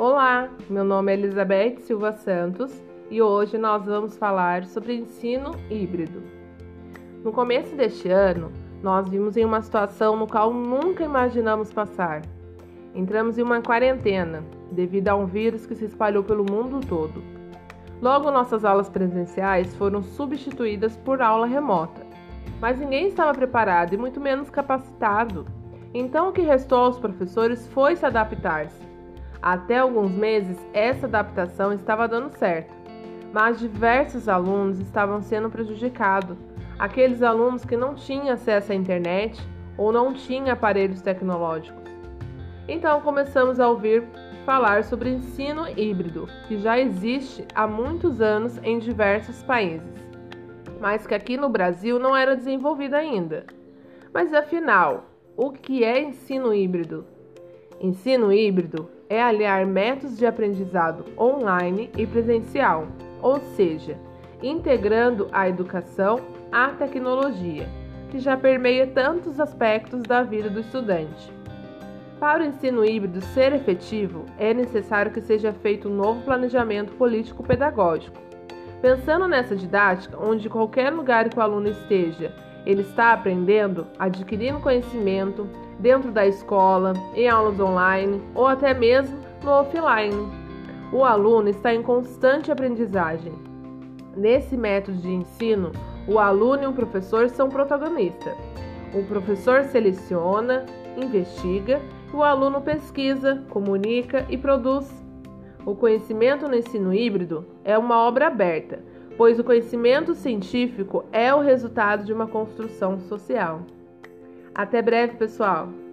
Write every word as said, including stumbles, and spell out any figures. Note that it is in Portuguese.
Olá, meu nome é Elizabeth Silva Santos e hoje nós vamos falar sobre ensino híbrido. No começo deste ano, nós vimos em uma situação no qual nunca imaginamos passar. Entramos em uma quarentena devido a um vírus que se espalhou pelo mundo todo. Logo, nossas aulas presenciais foram substituídas por aula remota, mas ninguém estava preparado e muito menos capacitado. Então, o que restou aos professores foi se adaptar-se. Até alguns meses, essa adaptação estava dando certo, mas diversos alunos estavam sendo prejudicados. Aqueles alunos que não tinham acesso à internet ou não tinham aparelhos tecnológicos. Então, começamos a ouvir falar sobre ensino híbrido, que já existe há muitos anos em diversos países, mas que aqui no Brasil não era desenvolvido ainda. Mas afinal, o que é ensino híbrido? Ensino híbrido é aliar métodos de aprendizado online e presencial, ou seja, integrando a educação à tecnologia, que já permeia tantos aspectos da vida do estudante. Para o ensino híbrido ser efetivo, é necessário que seja feito um novo planejamento político-pedagógico. Pensando nessa didática, onde qualquer lugar que o aluno esteja, ele está aprendendo, adquirindo conhecimento dentro da escola, em aulas online ou até mesmo no offline. O aluno está em constante aprendizagem. Nesse método de ensino, o aluno e o professor são protagonistas. O professor seleciona, investiga, e o aluno pesquisa, comunica e produz. O conhecimento no ensino híbrido é uma obra aberta, pois o conhecimento científico é o resultado de uma construção social. Até breve, pessoal!